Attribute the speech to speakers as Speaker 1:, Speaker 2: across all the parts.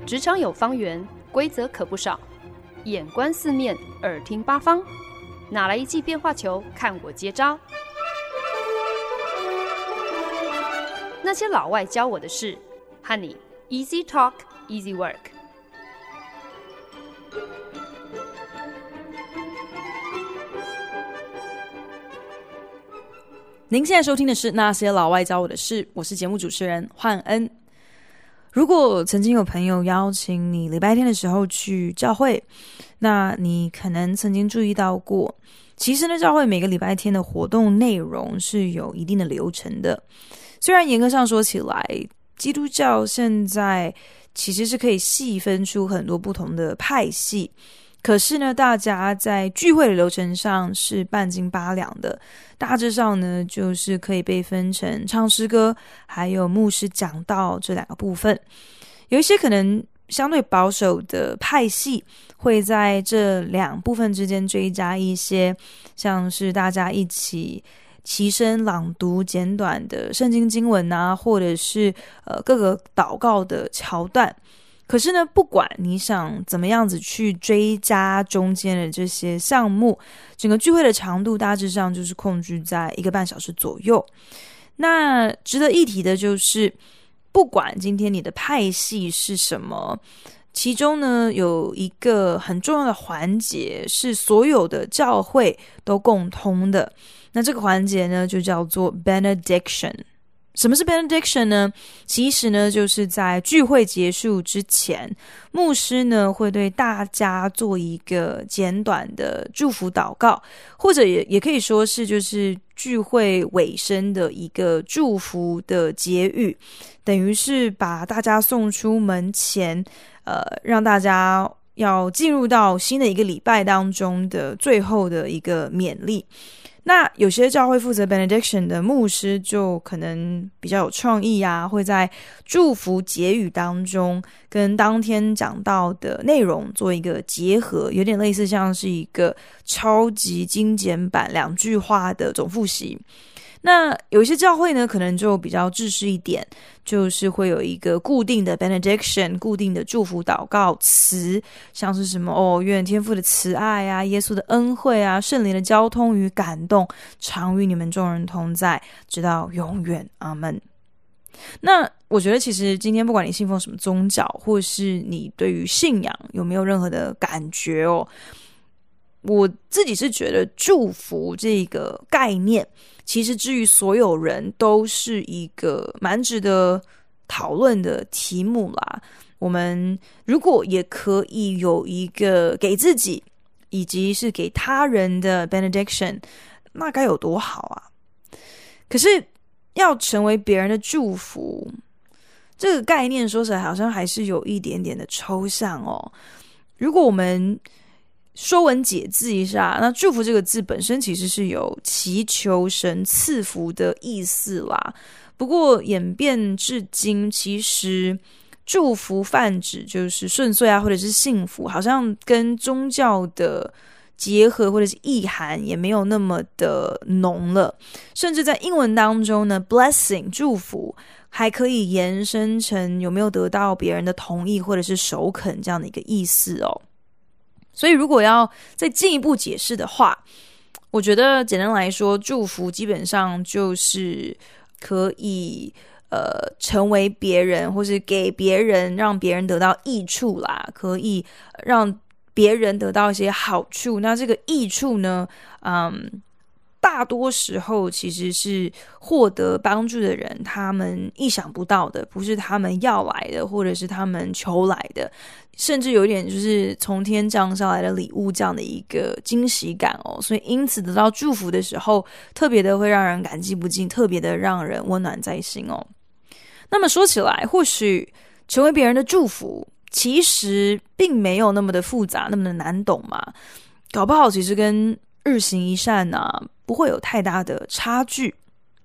Speaker 1: 职场有方圆，规则可不少。眼观四面，耳听八方，哪来一记变化球？看我接招！那些老外教我的事，和你 Easy Talk Easy Work。
Speaker 2: 您现在收听的是那些老外教我的事，我是节目主持人焕恩。如果曾经有朋友邀请你礼拜天的时候去教会，那你可能曾经注意到过，其实呢，教会每个礼拜天的活动内容是有一定的流程的。虽然严格上说起来，基督教现在其实是可以细分出很多不同的派系，可是呢，大家在聚会的流程上是半斤八两的。大致上呢，就是可以被分成唱诗歌还有牧师讲道这两个部分。有一些可能相对保守的派系会在这两部分之间追加一些，像是大家一起齐声朗读简短的圣经经文啊，或者是各个祷告的桥段。可是呢，不管你想怎么样子去追加中间的这些项目，整个聚会的长度大致上就是控制在1个半小时左右。那值得一提的就是，不管今天你的派系是什么，其中呢有一个很重要的环节是所有的教会都共通的。那这个环节呢就叫做 benediction。什么是 benediction 呢？其实呢，就是在聚会结束之前，牧师呢会对大家做一个简短的祝福祷告，或者也可以说是就是聚会尾声的一个祝福的结语，等于是把大家送出门前，让大家要进入到新的一个礼拜当中的最后的一个勉励。那有些教会负责 benediction 的牧师就可能比较有创意啊，会在祝福结语当中跟当天讲到的内容做一个结合，有点类似像是一个超级精简版2句话的总复习。那有一些教会呢，可能就比较制式一点，就是会有一个固定的 benediction， 固定的祝福祷告词，像是什么愿天父的慈爱啊，耶稣的恩惠啊，圣灵的交通与感动，常与你们众人同在，直到永远，阿们。那我觉得其实今天不管你信奉什么宗教，或是你对于信仰有没有任何的感觉我自己是觉得祝福这个概念其实至于所有人都是一个蛮值得讨论的题目啦。我们如果也可以有一个给自己以及是给他人的 benediction， 那该有多好啊。可是要成为别人的祝福这个概念说起来好像还是有一点点的抽象如果我们说文解字一下，那祝福这个字本身其实是有祈求神赐福的意思啦。不过演变至今，其实祝福泛指就是顺遂啊，或者是幸福，好像跟宗教的结合或者是意涵也没有那么的浓了。甚至在英文当中呢 blessing 祝福还可以延伸成有没有得到别人的同意或者是首肯这样的一个意思所以如果要再进一步解释的话，我觉得简单来说，祝福基本上就是可以成为别人或是给别人，让别人得到益处啦，可以让别人得到一些好处。那这个益处呢大多时候其实是获得帮助的人他们意想不到的，不是他们要来的或者是他们求来的，甚至有一点就是从天降下来的礼物这样的一个惊喜感所以因此得到祝福的时候特别的会让人感激不尽，特别的让人温暖在心那么说起来，或许成为别人的祝福其实并没有那么的复杂，那么的难懂嘛，搞不好其实跟日行一善不会有太大的差距。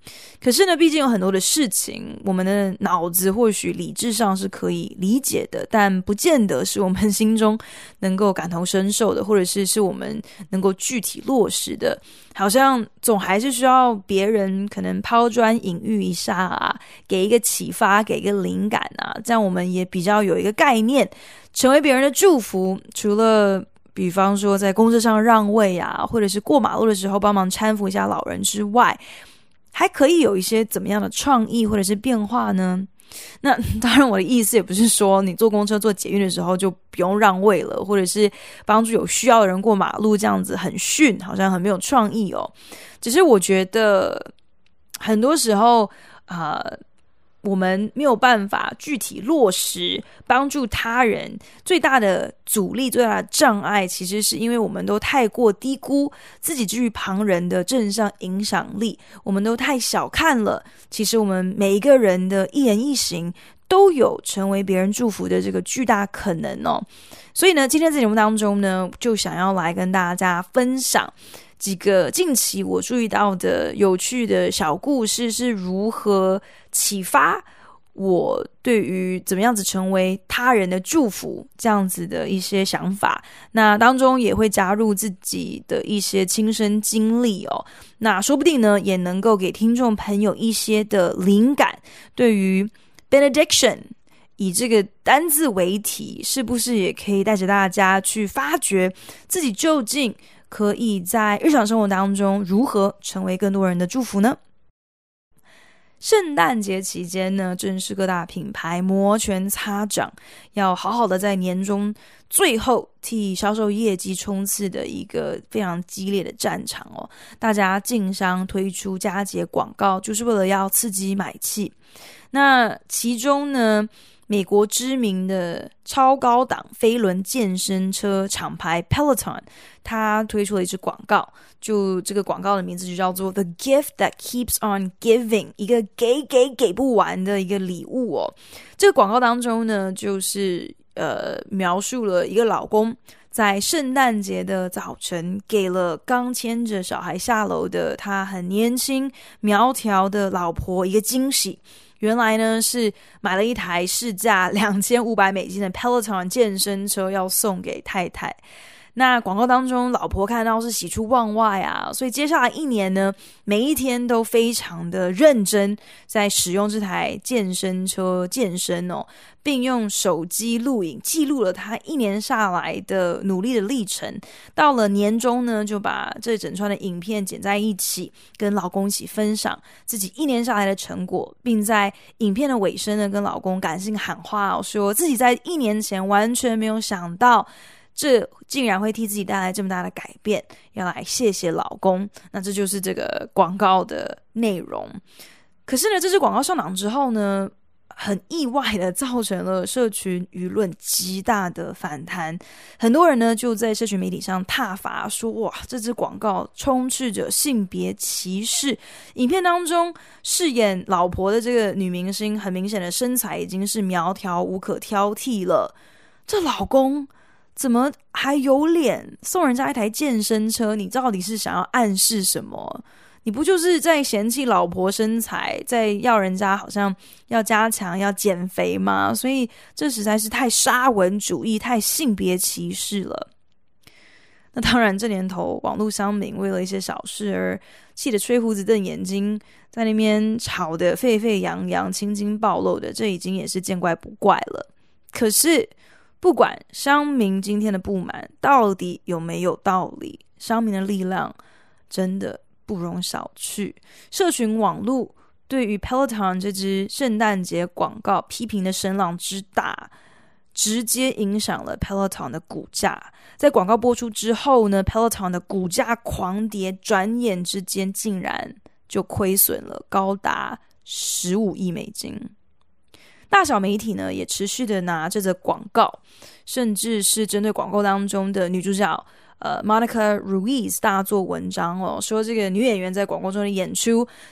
Speaker 2: 可是呢，毕竟有很多的事情，我们的脑子或许理智上是可以理解的，但不见得是我们心中能够感同身受的，或者是我们能够具体落实的。好像总还是需要别人可能抛砖引玉一下啊，给一个启发，给一个灵感啊，这样我们也比较有一个概念，成为别人的祝福。除了比方说在公车上让位啊，或者是过马路的时候帮忙搀扶一下老人之外，还可以有一些怎么样的创意或者是变化呢？那当然我的意思也不是说你坐公车坐捷运的时候就不用让位了，或者是帮助有需要的人过马路，这样子很逊，好像很没有创意哦。只是我觉得很多时候我们没有办法具体落实帮助他人，最大的阻力最大的障碍其实是因为我们都太过低估自己至于旁人的正向影响力，我们都太小看了其实我们每一个人的一言一行都有成为别人祝福的这个巨大可能哦。所以呢，今天在节目当中呢，就想要来跟大家分享几个近期我注意到的有趣的小故事，是如何启发我对于怎么样子成为他人的祝福这样子的一些想法。那当中也会加入自己的一些亲身经历哦，那说不定呢也能够给听众朋友一些的灵感，对于 benediction 以这个单字为题，是不是也可以带着大家去发掘自己究竟可以在日常生活当中如何成为更多人的祝福呢？圣诞节期间呢，正是各大品牌摩拳擦掌，要好好的在年终最后替销售业绩冲刺的一个非常激烈的战场哦。大家竞相推出佳节广告，就是为了要刺激买气。那其中呢，美国知名的超高档飞轮健身车厂牌 Peloton， 它推出了一支广告，就这个广告的名字就叫做 The Gift That Keeps On Giving， 一个给不完的一个礼物哦。这个广告当中呢，就是描述了一个老公在圣诞节的早晨给了刚牵着小孩下楼的他很年轻苗条的老婆一个惊喜。原来呢是买了一台市价$2500的 Peloton 健身车要送给太太。那广告当中老婆看到是喜出望外啊，所以接下来一年呢，每一天都非常的认真在使用这台健身车健身哦，并用手机录影记录了他一年下来的努力的历程。到了年终呢，就把这整串的影片剪在一起，跟老公一起分享自己一年下来的成果，并在影片的尾声呢，跟老公感性喊话哦，说自己在1年前完全没有想到这竟然会替自己带来这么大的改变，要来谢谢老公。那这就是这个广告的内容。可是呢，这支广告上档之后呢，很意外的造成了社群舆论极大的反弹。很多人呢就在社群媒体上挞伐说，哇，这支广告充斥着性别歧视。影片当中饰演老婆的这个女明星，很明显的身材已经是苗条无可挑剔了，这老公怎么还有脸送人家一台健身车？你到底是想要暗示什么？你不就是在嫌弃老婆身材，在要人家好像要加强要减肥吗？所以这实在是太沙文主义，太性别歧视了。那当然这年头网络乡民为了一些小事而气得吹胡子瞪眼睛，在那边吵得沸沸扬扬，青筋暴露的，这已经也是见怪不怪了。可是不管乡民今天的不满到底有没有道理，乡民的力量真的不容小觑。社群网络对于 Peloton 这支圣诞节广告批评的声浪之大，直接影响了 Peloton 的股价。在广告播出之后呢， Peloton 的股价狂跌，转眼之间竟然就亏损了高达$15亿。大小媒体呢也持续的拿这则广告，甚至是针对广告当中的女主角Monica Ruiz 大做文章哦，说这个女演员在广告中的演出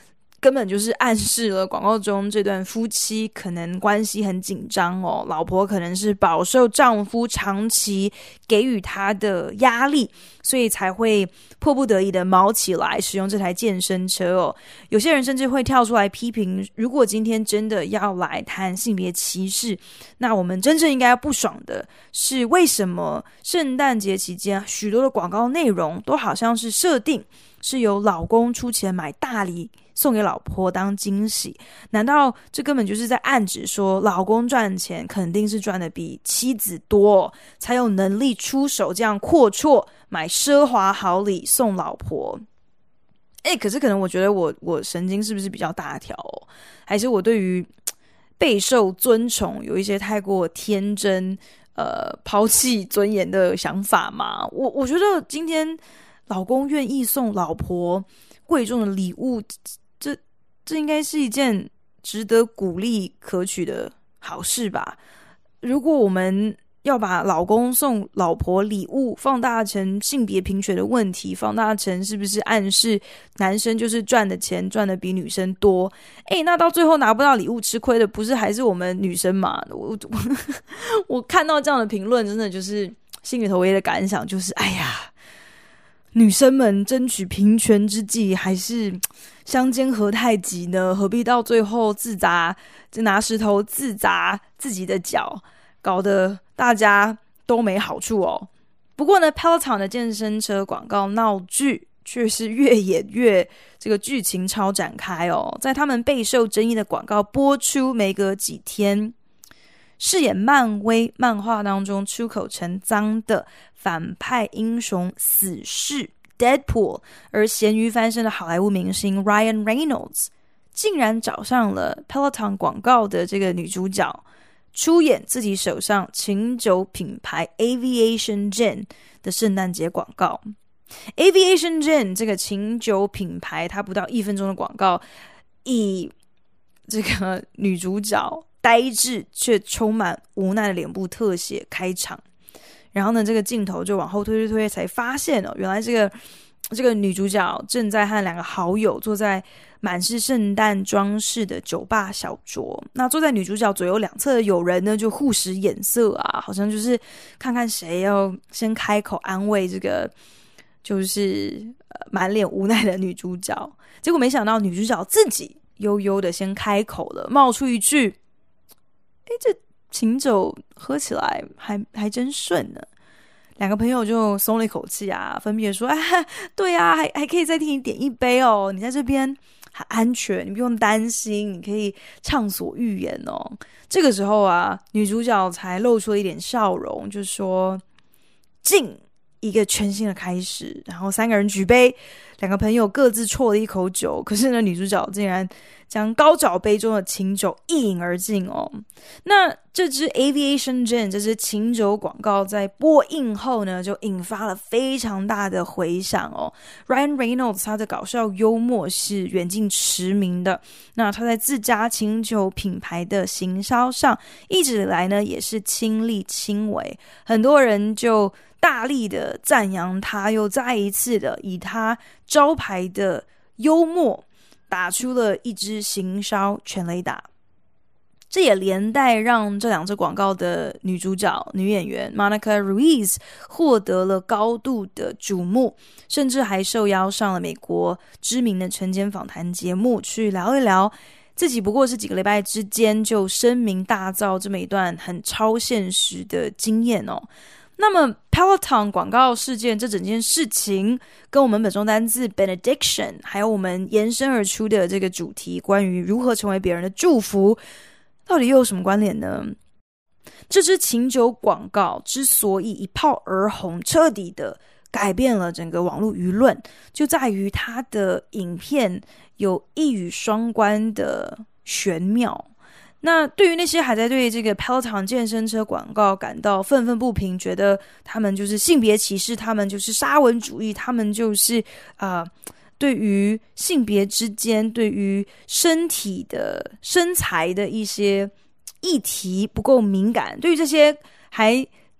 Speaker 2: 根本就是暗示了广告中这段夫妻可能关系很紧张哦，老婆可能是饱受丈夫长期给予她的压力，所以才会迫不得已的毛起来使用这台健身车哦。有些人甚至会跳出来批评，如果今天真的要来谈性别歧视，那我们真正应该不爽的是，为什么圣诞节期间许多的广告内容都好像是设定是由老公出钱买大礼送给老婆当惊喜？难道这根本就是在暗指说，老公赚钱肯定是赚的比妻子多，才有能力出手这样阔绰买奢华好礼送老婆？可是可能我觉得我神经是不是比较大条哦？还是我对于备受尊崇有一些太过天真抛弃尊严的想法嘛？我觉得今天老公愿意送老婆贵重的礼物，这应该是一件值得鼓励可取的好事吧。如果我们要把老公送老婆礼物放大成性别平权的问题，放大成是不是暗示男生就是赚的钱赚的比女生多，那到最后拿不到礼物吃亏的不是还是我们女生嘛？我看到这样的评论，真的就是心里头唯一的感想就是，女生们争取平权之际，还是相煎何太急呢？何必到最后就拿石头自砸自己的脚，搞得大家都没好处哦。不过呢 Peloton 的健身车广告闹剧却是越演越这个剧情超展开哦。在他们备受争议的广告播出没隔几天，饰演漫威漫画当中出口成脏的反派英雄死侍 Deadpool 而咸鱼翻身的好莱坞明星 Ryan Reynolds 竟然找上了 Peloton 广告的这个女主角，出演自己手上琴酒品牌 Aviation Gin 的圣诞节广告。Aviation Gin 这个琴酒品牌，它不到1分钟的广告，以这个女主角呆滞却充满无奈的脸部特写开场。然后呢，这个镜头就往后推，才发现原来这个女主角正在和2个好友坐在满是圣诞装饰的酒吧小桌。那坐在女主角左右两侧的友人呢，就互使眼色啊，好像就是看看谁要先开口安慰这个就是满脸无奈的女主角。结果没想到女主角自己悠悠的先开口了，冒出一句：这琴酒喝起来还真顺呢。2个朋友就松了一口气啊，分别说：对啊，还可以再替你点一杯哦，你在这边很安全，你不用担心，你可以畅所欲言哦。这个时候啊，女主角才露出了一点笑容，就说：敬一个全新的开始。然后3个人举杯，2个朋友各自啜了一口酒，可是呢，女主角竟然将高脚杯中的琴酒一饮而尽哦。那这支 Aviation Gin 这支琴酒广告在播映后呢，就引发了非常大的回响哦。Ryan Reynolds 他的搞笑幽默是远近驰名的，那他在自家琴酒品牌的行销上一直以来呢也是亲力亲为，很多人就大力的赞扬他，又再一次的以他招牌的幽默打出了一支行销全垒打。这也连带让这2支广告的女主角女演员 Monica Ruiz 获得了高度的瞩目，甚至还受邀上了美国知名的晨间访谈节目，去聊一聊自己不过是几个礼拜之间就声名大噪这么一段很超现实的经验哦。那么 Peloton 广告事件这整件事情跟我们本周单字 benediction 还有我们延伸而出的这个主题关于如何成为别人的祝福到底又有什么关联呢？这支琴酒广告之所以一炮而红，彻底的改变了整个网络舆论，就在于它的影片有一语双关的玄妙。那对于那些还在对这个 Peloton 健身车广告感到愤愤不平，觉得他们就是性别歧视，他们就是沙文主义，他们就是对于性别之间，对于身体的身材的一些议题不够敏感，对于这些还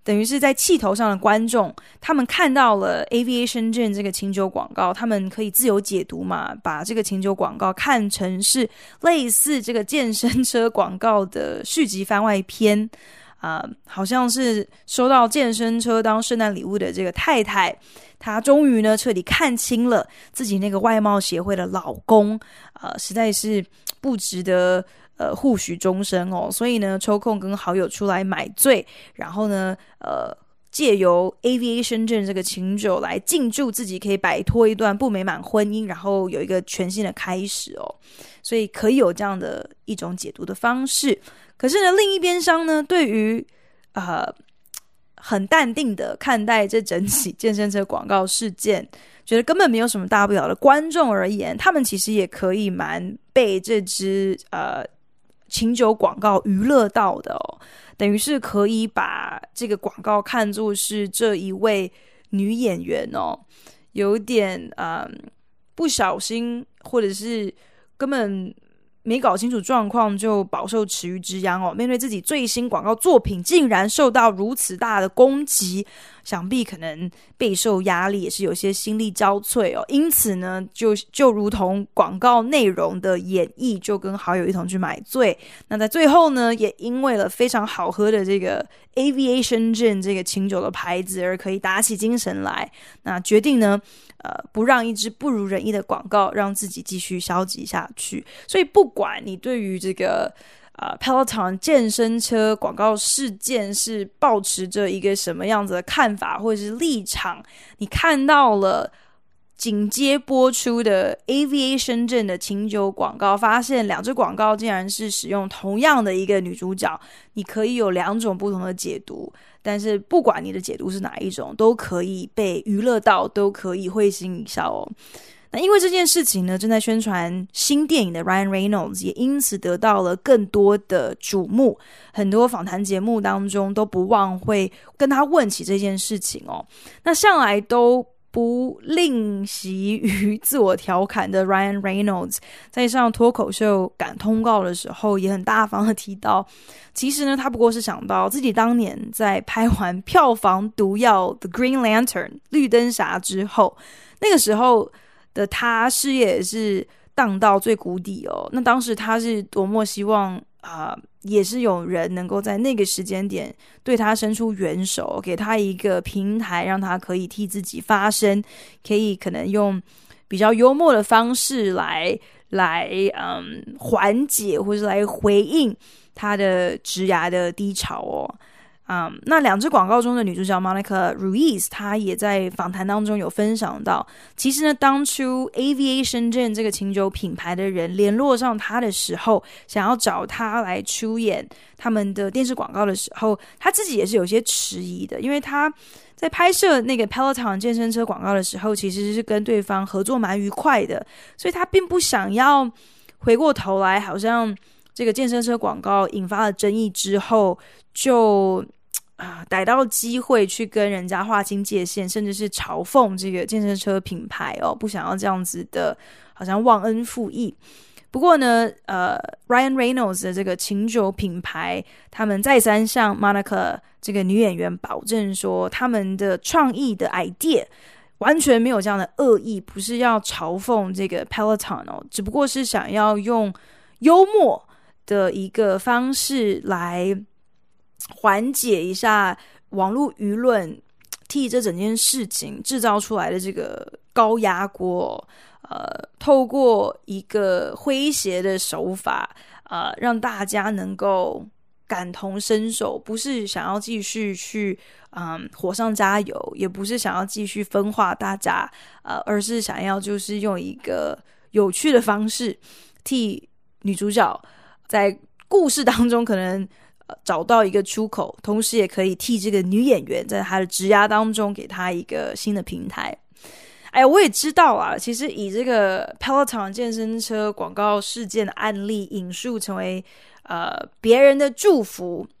Speaker 2: 等于是在气头上的观众，他们看到了 Aviation Gin 这个清酒广告，他们可以自由解读嘛，把这个清酒广告看成是类似这个健身车广告的续集番外篇。好像是收到健身车当圣诞礼物的这个太太，她终于呢彻底看清了自己那个外貌协会的老公，实在是不值得互许终身哦，所以呢抽空跟好友出来买醉，然后呢借由 Aviation Gin 这个清酒来庆祝自己可以摆脱一段不美满婚姻，然后有一个全新的开始哦，所以可以有这样的一种解读的方式。可是呢，另一边厢呢，对于很淡定的看待这整起健身车广告事件，觉得根本没有什么大不了的观众而言，他们其实也可以蛮被这支清酒广告娱乐到的哦，等于是可以把这个广告看作是这一位女演员哦，有点不小心或者是根本没搞清楚状况就饱受池鱼之殃哦，面对自己最新广告作品竟然受到如此大的攻击，想必可能备受压力，也是有些心力交瘁哦。因此呢，就如同广告内容的演绎，就跟好友一同去买醉。那在最后呢，也因为了非常好喝的这个 Aviation Gin 这个清酒的牌子而可以打起精神来。那决定呢，不让一支不如人意的广告让自己继续消极下去。所以不管你对于这个Peloton 健身车广告事件是抱持着一个什么样子的看法或者是立场，你看到了紧接播出的 Aviation Gin 的清酒广告，发现两支广告竟然是使用同样的一个女主角，你可以有两种不同的解读，但是不管你的解读是哪一种，都可以被娱乐到，都可以会心一笑哦。那因为这件事情呢，正在宣传新电影的 Ryan Reynolds 也因此得到了更多的瞩目，很多访谈节目当中都不忘会跟他问起这件事情哦。那向来都不吝惜于自我调侃的 Ryan Reynolds 在上脱口秀赶通告的时候也很大方的提到，其实呢他不过是想到自己当年在拍完票房毒药 The Green Lantern 绿灯侠之后，那个时候的他事业也是荡到最谷底哦。那当时他是多么希望也是有人能够在那个时间点对他伸出援手，给他一个平台，让他可以替自己发声，可以可能用比较幽默的方式来缓解或是来回应他的职涯的低潮哦。那两支广告中的女主角 Monica Ruiz 她也在访谈当中有分享到，其实呢当初 Aviation Gin 这个清酒品牌的人联络上她的时候，想要找她来出演他们的电视广告的时候，她自己也是有些迟疑的，因为她在拍摄那个 Peloton 健身车广告的时候，其实是跟对方合作蛮愉快的，所以她并不想要回过头来好像这个健身车广告引发了争议之后就逮到机会去跟人家划清界限，甚至是嘲讽这个健身车品牌哦，不想要这样子的好像忘恩负义。不过呢Ryan Reynolds 的这个清酒品牌，他们再三向 Monica 这个女演员保证说，他们的创意的 idea 完全没有这样的恶意，不是要嘲讽这个 Peloton 哦，只不过是想要用幽默的一个方式来缓解一下网络舆论替这整件事情制造出来的这个高压锅透过一个诙谐的手法让大家能够感同身受，不是想要继续去火上加油，也不是想要继续分化大家而是想要就是用一个有趣的方式替女主角在故事当中可能找到一个出口，同时也可以替这个女演员在她的职涯当中给她一个新的平台。我也知道啊，其实以这个 Peloton 健身车广告事件的案例引述成为别人的祝福，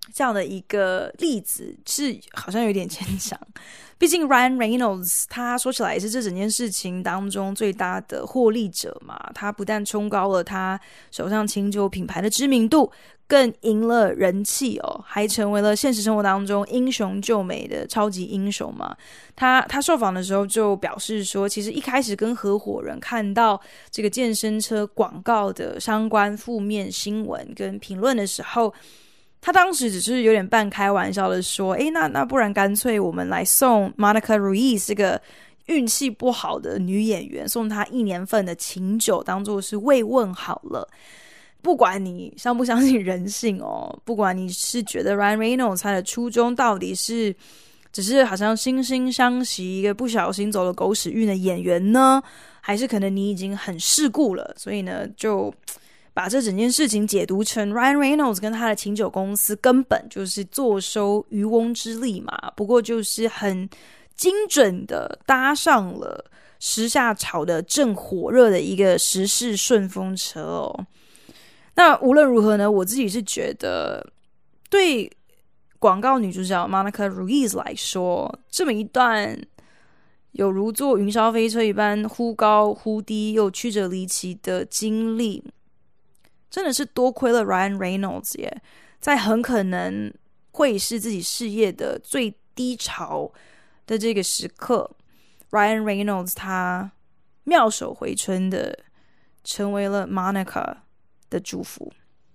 Speaker 2: 这样的一个例子是好像有点牵强，毕竟 Ryan Reynolds 他说起来也是这整件事情当中最大的获利者嘛，他不但冲高了他手上清酒品牌的知名度，更赢了人气哦，还成为了现实生活当中英雄救美的超级英雄嘛。他受访的时候就表示说，其实一开始跟合伙人看到这个健身车广告的相关负面新闻跟评论的时候，他当时只是有点半开玩笑的说，那不然干脆我们来送 Monica Ruiz 这个运气不好的女演员，送她1年份的琴酒当作是慰问好了。不管你相不相信人性哦，不管你是觉得 Ryan Reynolds 他的初衷到底是只是好像惺惺相惜一个不小心走了狗屎运的演员呢，还是可能你已经很世故了，所以呢就把这整件事情解读成 Ryan Reynolds 跟他的琴酒公司根本就是坐收渔翁之利嘛，不过就是很精准的搭上了时下炒的正火热的一个时事顺风车哦。那无论如何呢，我自己是觉得对广告女主角 Monica Ruiz 来说，这么一段有如坐云霄飞车一般忽高忽低又曲折离奇的经历，真的是多亏了 Ryan Reynolds 耶，在很可能会是自己事业的最低潮的这个时刻， Ryan Reynolds 他妙手回春的成为了 Monica 的祝福。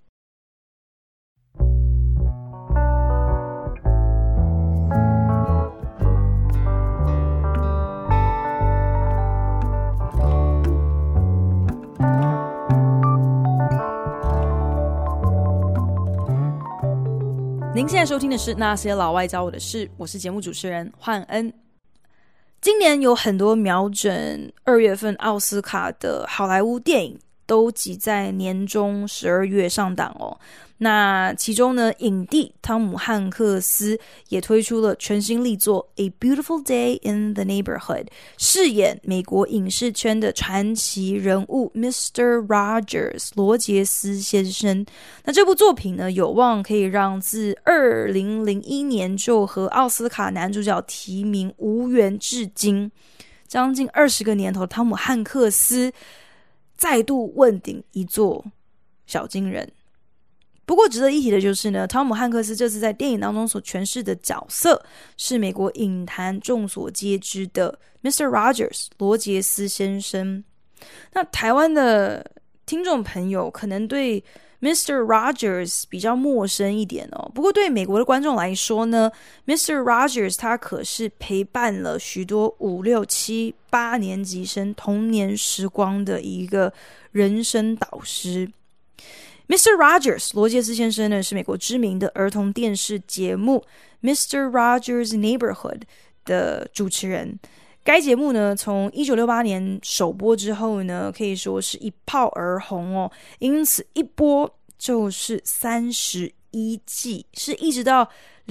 Speaker 2: 您现在收听的是那些老外教我的事，我是节目主持人焕恩。今年有很多瞄准2月份奥斯卡的好莱坞电影都挤在年中12月上档哦。那其中呢，影帝汤姆汉克斯也推出了全新力作 A Beautiful Day in the Neighborhood， 饰演美国影视圈的传奇人物 Mr. Rogers 罗杰斯先生。那这部作品呢，有望可以让自2001年就和奥斯卡男主角提名无缘至今将近20个年头的汤姆汉克斯再度问鼎一座小金人。不过值得一提的就是呢，汤姆汉克斯这次在电影当中所诠释的角色是美国影坛众所皆知的 Mr. Rogers 罗杰斯先生。那台湾的听众朋友可能对 Mr. Rogers 比较陌生一点哦，不过对美国的观众来说呢， Mr. Rogers 他可是陪伴了许多5、6、7、8年级生童年时光的一个人生导师。Mr. Rogers 罗杰斯先生呢，是美国知名的儿童电视节目 Mr. Rogers' Neighborhood 的主持人。该节目呢，从1968年首播之后呢，可以说是一炮而红哦，因此一播就是31季，是一直到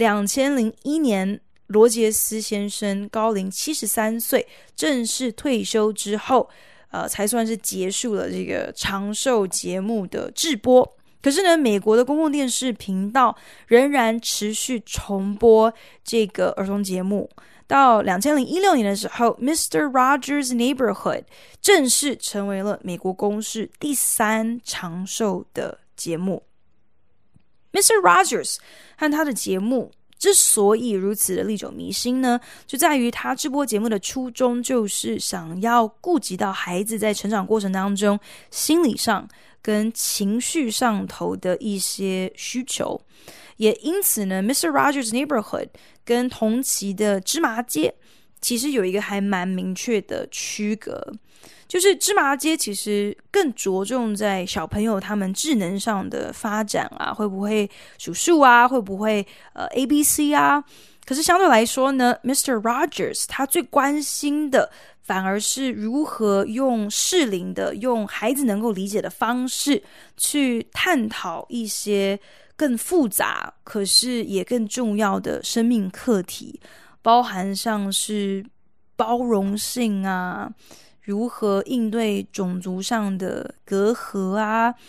Speaker 2: 2001年罗杰斯先生高龄73岁正式退休之后才算是结束了这个长寿节目的制播。可是呢，美国的公共电视频道仍然持续重播这个儿童节目。到2016年的时候， Mr. Rogers' Neighborhood 正式成为了美国公视第3长寿的节目。Mr. Rogers 和他的节目之所以如此的历久弥新呢，就在于他制播节目的初衷就是想要顾及到孩子在成长过程当中心理上跟情绪上头的一些需求。也因此呢， Mr. Rogers' Neighborhood 跟同期的芝麻街其实有一个还蛮明确的区隔，就是芝麻街其实更着重在小朋友他们智能上的发展啊，会不会数数啊，会不会ABC 啊。可是相对来说呢， Mr. Rogers 他最关心的反而是如何用适龄的用孩子能够理解的方式去探讨一些更复杂可是也更重要的生命课题，包含像是包容性啊，如何应对种族上的隔阂啊，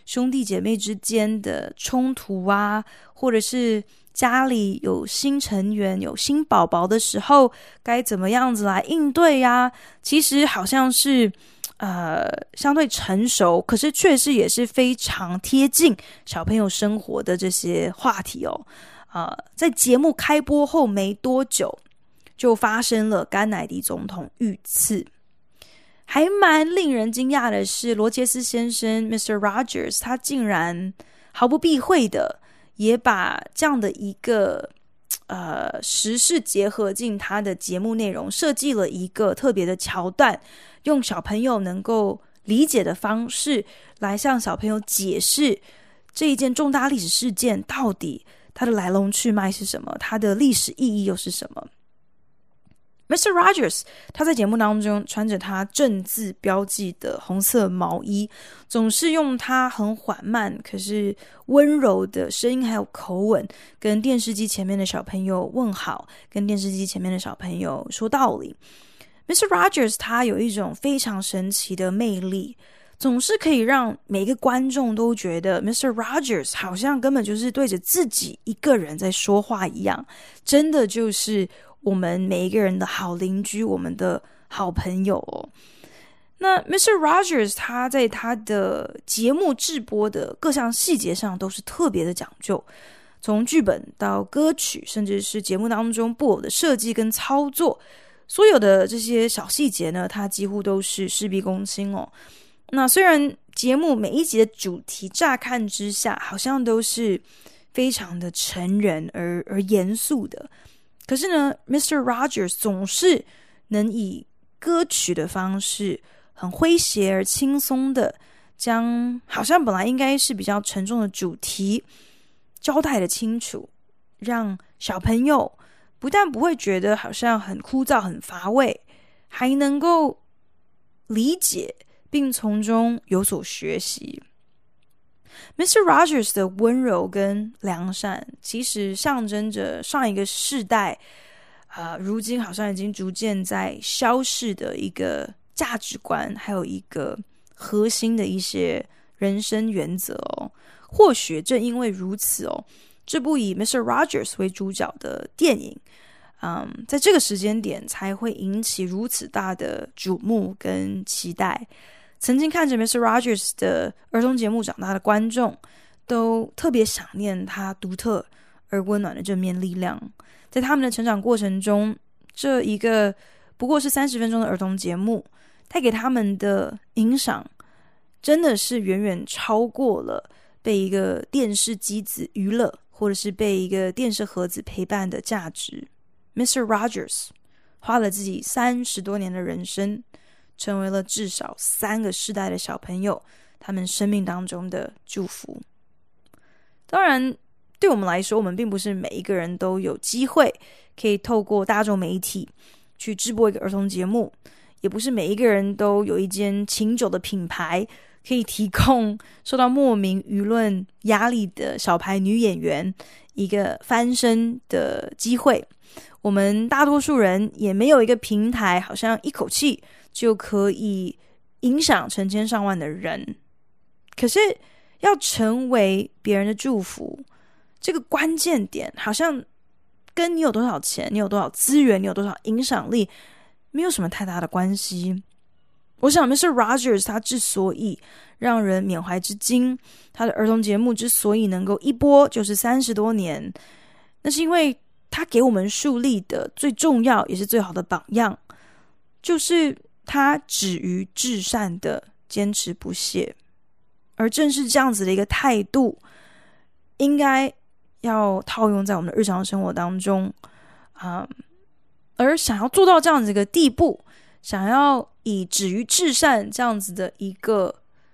Speaker 2: 兄弟姐妹之间的冲突啊，或者是家里有新成员有新宝宝的时候该怎么样子来应对啊，其实好像是相对成熟，可是确实也是非常贴近小朋友生活的这些话题哦。在节目开播后没多久就发生了甘乃迪总统遇刺。还蛮令人惊讶的是，罗杰斯先生 Mr. Rogers 他竟然毫不避讳的也把这样的一个时事结合进他的节目内容，设计了一个特别的桥段，用小朋友能够理解的方式来向小朋友解释这一件重大历史事件到底它的来龙去脉是什么，它的历史意义又是什么。Mr. Rogers 他在节目当中穿着他正字标记的红色毛衣，总是用他很缓慢可是温柔的声音还有口吻跟电视机前面的小朋友问好，跟电视机前面的小朋友说道理。Mr. Rogers 他有一种非常神奇的魅力，总是可以让每个观众都觉得 Mr. Rogers 好像根本就是对着自己一个人在说话一样，真的就是我们每一个人的好邻居，我们的好朋友哦。那 Mr. Rogers 他在他的节目制播的各项细节上都是特别的讲究，从剧本到歌曲，甚至是节目当中布偶的设计跟操作，所有的这些小细节呢，他几乎都是事必躬亲哦。那虽然节目每一集的主题乍看之下好像都是非常的成人而严肃的，可是呢 Mr. Rogers 总是能以歌曲的方式很诙谐而轻松的将好像本来应该是比较沉重的主题交代的清楚，让小朋友不但不会觉得好像很枯燥很乏味，还能够理解并从中有所学习。Mr. Rogers 的温柔跟良善其实象征着上一个世代如今好像已经逐渐在消逝的一个价值观，还有一个核心的一些人生原则哦。或许正因为如此哦，这部以 Mr. Rogers 为主角的电影在这个时间点才会引起如此大的瞩目跟期待。曾经看着 Mr. Rogers 的儿童节目长大的观众都特别想念他独特而温暖的正面力量，在他们的成长过程中，这一个不过是30分钟的儿童节目带给他们的影响真的是远远超过了被一个电视机子娱乐，或者是被一个电视盒子陪伴的价值。 Mr. Rogers 花了自己30多年的人生，成为了至少3个世代的小朋友他们生命当中的祝福。当然对我们来说，我们并不是每一个人都有机会可以透过大众媒体去制播一个儿童节目，也不是每一个人都有一间琴酒的品牌可以提供受到莫名舆论压力的小牌女演员一个翻身的机会。我们大多数人也没有一个平台好像一口气就可以影响成千上万的人，可是要成为别人的祝福，这个关键点好像跟你有多少钱，你有多少资源，你有多少影响力没有什么太大的关系。我想 Mr. Rogers 他之所以让人缅怀至今，他的儿童节目之所以能够一播就是30多年，那是因为他给我们树立的最重要也是最好的榜样，就是他止于至善的坚持不懈。而正是这样子的一个态度，应该要套用在我们的日常生活当中而想要做到这样子一个地步，想要以止于至善这样子的一个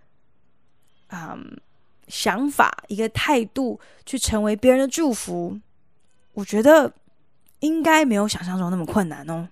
Speaker 2: 想法一个态度去成为别人的祝福，我觉得应该没有想象中那么困难哦。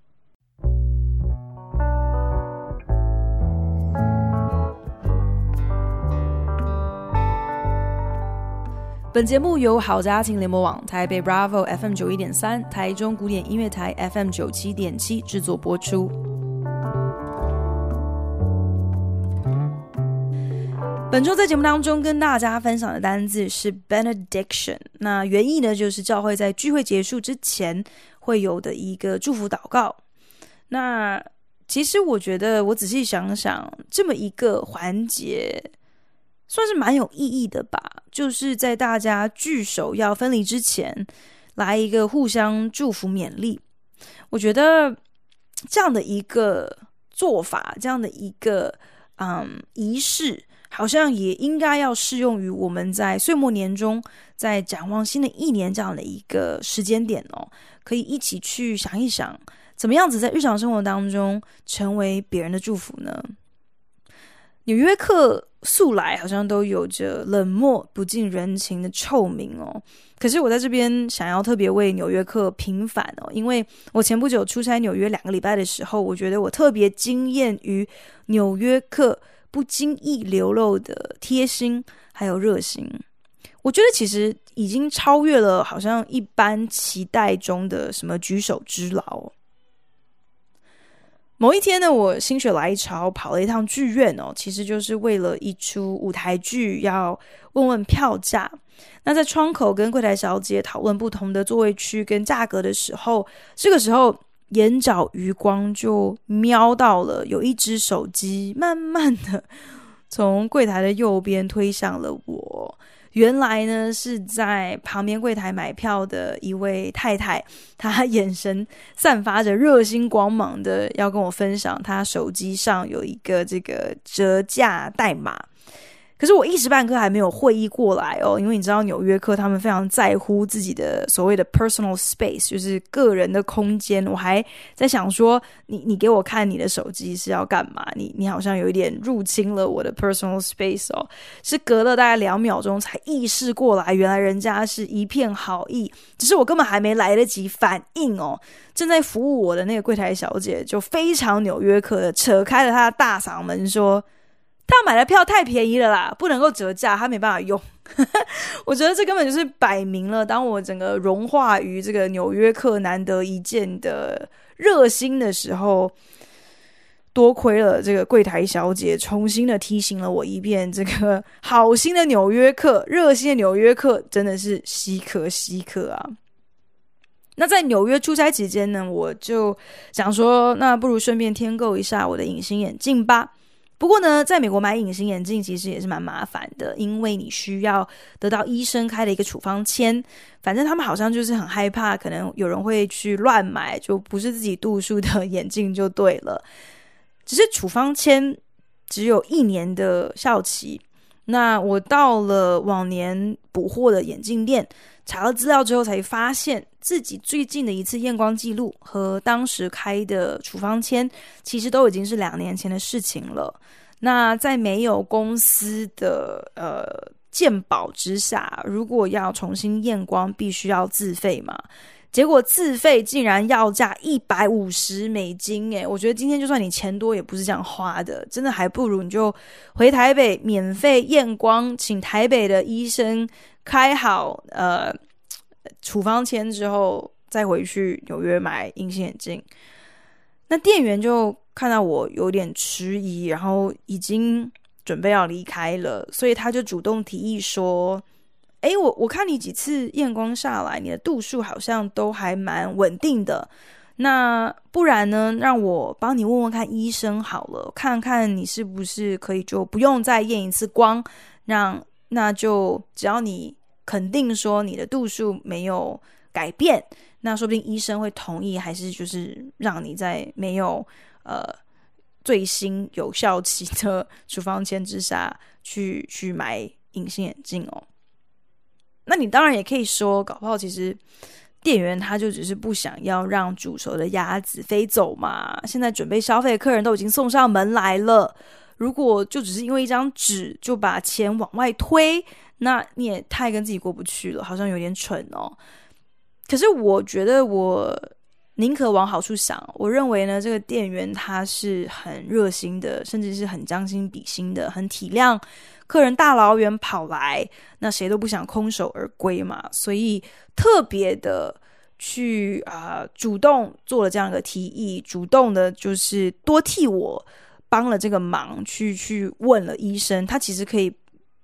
Speaker 2: 本节目由好家庭联播网、台北 Bravo FM 91.3、台中古典音乐台 FM 97.7制作播出。本本周在节目当中跟大家分享的单字是 benediction， 那原意呢就是教会在聚会结束之前会有的一个祝福祷告。那其实我觉得我仔细想想，这么一个环节算是蛮有意义的吧，就是在大家聚首要分离之前来一个互相祝福勉励。我觉得这样的一个做法，这样的一个仪式，好像也应该要适用于我们在岁末年终，在展望新的一年这样的一个时间点哦，可以一起去想一想，怎么样子在日常生活当中成为别人的祝福呢？纽约客素来好像都有着冷漠不近人情的臭名哦，可是我在这边想要特别为纽约客平反哦，因为我前不久出差纽约2个礼拜的时候，我觉得我特别惊艳于纽约客不经意流露的贴心还有热心。我觉得其实已经超越了好像一般期待中的什么举手之劳。某一天呢，我心血来潮跑了一趟剧院哦，其实就是为了一出舞台剧要问问票价。那在窗口跟柜台小姐讨论不同的座位区跟价格的时候，这个时候眼角余光就瞄到了有一只手机慢慢的从柜台的右边推向了我。原来呢是在旁边柜台买票的一位太太，她眼神散发着热心光芒的要跟我分享她手机上有一个这个折价代码。可是我一时半刻还没有会意过来哦，因为你知道纽约客他们非常在乎自己的所谓的 personal space， 就是个人的空间。我还在想说，你给我看你的手机是要干嘛？你好像有一点入侵了我的 personal space 哦。是隔了大概2秒钟才意识过来，原来人家是一片好意，只是我根本还没来得及反应哦。正在服务我的那个柜台小姐就非常纽约客的扯开了她的大嗓门说，他买的票太便宜了啦，不能够折价，他没办法用。我觉得这根本就是摆明了，当我整个融化于这个纽约客难得一见的热心的时候，多亏了这个柜台小姐重新的提醒了我一遍，这个好心的纽约客，热心的纽约客真的是稀可啊。那在纽约出差期间呢，我就想说，那不如顺便添购一下我的隐形眼镜吧。不过呢，在美国买隐形眼镜其实也是蛮麻烦的，因为你需要得到医生开的一个处方签，反正他们好像就是很害怕可能有人会去乱买，就不是自己度数的眼镜就对了。只是处方签只有1年的效期，那我到了往年补货的眼镜店查了资料之后，才发现自己最近的一次验光记录和当时开的处方签其实都已经是2年前的事情了。那在没有公司的健保之下，如果要重新验光必须要自费嘛，结果自费竟然要价$150耶！我觉得今天就算你钱多也不是这样花的，真的还不如你就回台北免费验光，请台北的医生开好处方签之后再回去纽约买隐形眼镜。那店员就看到我有点迟疑，然后已经准备要离开了，所以他就主动提议说，我看你几次验光下来，你的度数好像都还蛮稳定的，那不然呢，让我帮你问问看医生好了，看看你是不是可以就不用再验一次光，那就只要你肯定说你的度数没有改变，那说不定医生会同意，还是就是让你在没有最新有效期的处方签之下去买隐形眼镜哦。那你当然也可以说，搞不好其实店员他就只是不想要让煮熟的鸭子飞走嘛，现在准备消费的客人都已经送上门来了，如果就只是因为一张纸就把钱往外推，那你也太跟自己过不去了，好像有点蠢哦。可是我觉得我宁可往好处想，我认为呢，这个店员他是很热心的，甚至是很将心比心的，很体谅客人大老远跑来，那谁都不想空手而归嘛，所以特别的去主动做了这样一个提议，主动的就是多替我帮了这个忙，去问了医生，他其实可以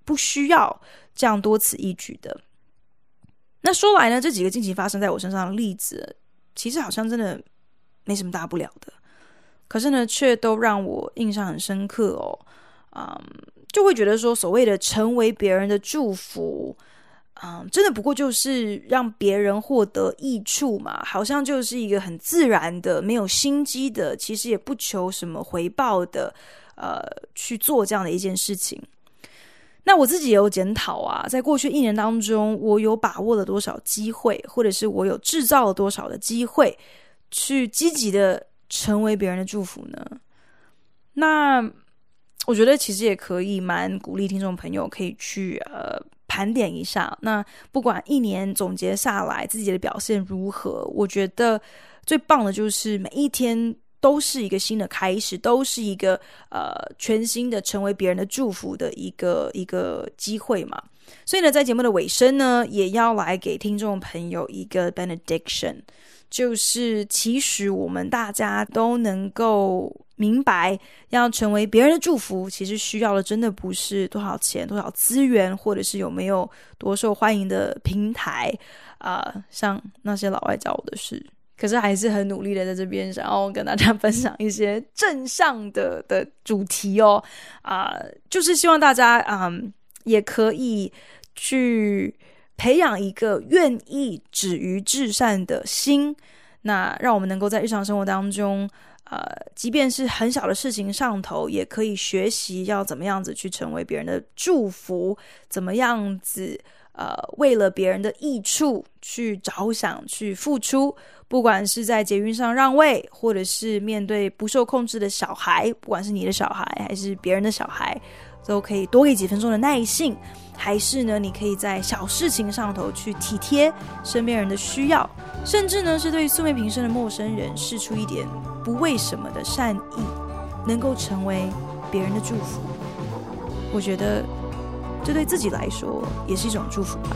Speaker 2: 不需要这样多此一举的。那说来呢，这几个近期发生在我身上的例子，其实好像真的没什么大不了的，可是呢，却都让我印象很深刻哦。就会觉得说，所谓的成为别人的祝福，真的不过就是让别人获得益处嘛，好像就是一个很自然的、没有心机的，其实也不求什么回报的，去做这样的一件事情。那我自己也有检讨啊，在过去1年当中，我有把握了多少机会，或者是我有制造了多少的机会，去积极的成为别人的祝福呢？那我觉得其实也可以蛮鼓励听众朋友可以去盘点一下。那不管1年总结下来自己的表现如何，我觉得最棒的就是每一天都是一个新的开始，都是一个全新的成为别人的祝福的一个机会嘛。所以呢，在节目的尾声呢，也要来给听众朋友一个 benediction， 就是其实我们大家都能够明白，要成为别人的祝福，其实需要的真的不是多少钱、多少资源，或者是有没有多受欢迎的平台像那些老外教我的事。可是还是很努力的在这边想要跟大家分享一些正向的主题哦。就是希望大家也可以去培养一个愿意止于至善的心，那让我们能够在日常生活当中即便是很小的事情上头，也可以学习要怎么样子去成为别人的祝福，怎么样子为了别人的益处去着想，去付出，不管是在捷运上让位，或者是面对不受控制的小孩，不管是你的小孩还是别人的小孩，都可以多给几分钟的耐性，还是呢，你可以在小事情上头去体贴身边人的需要，甚至呢，是对素昧平生的陌生人释出一点不为什么的善意，能够成为别人的祝福。我觉得这对自己来说也是一种祝福吧。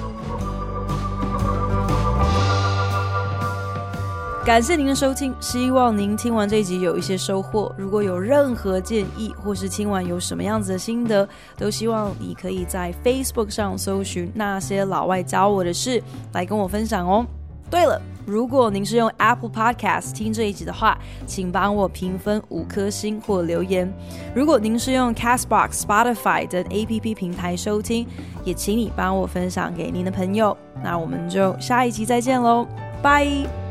Speaker 2: 感谢您的收听，希望您听完这一集有一些收获。如果有任何建议，或是听完有什么样子的心得，都希望你可以在 Facebook 上搜寻那些老外教我的事来跟我分享哦。对了，如果您是用 Apple Podcast 听这一集的话，请帮我评分5颗星或留言。如果您是用 Castbox、Spotify 等 APP 平台收听，也请你帮我分享给您的朋友。那我们就下一集再见咯，拜。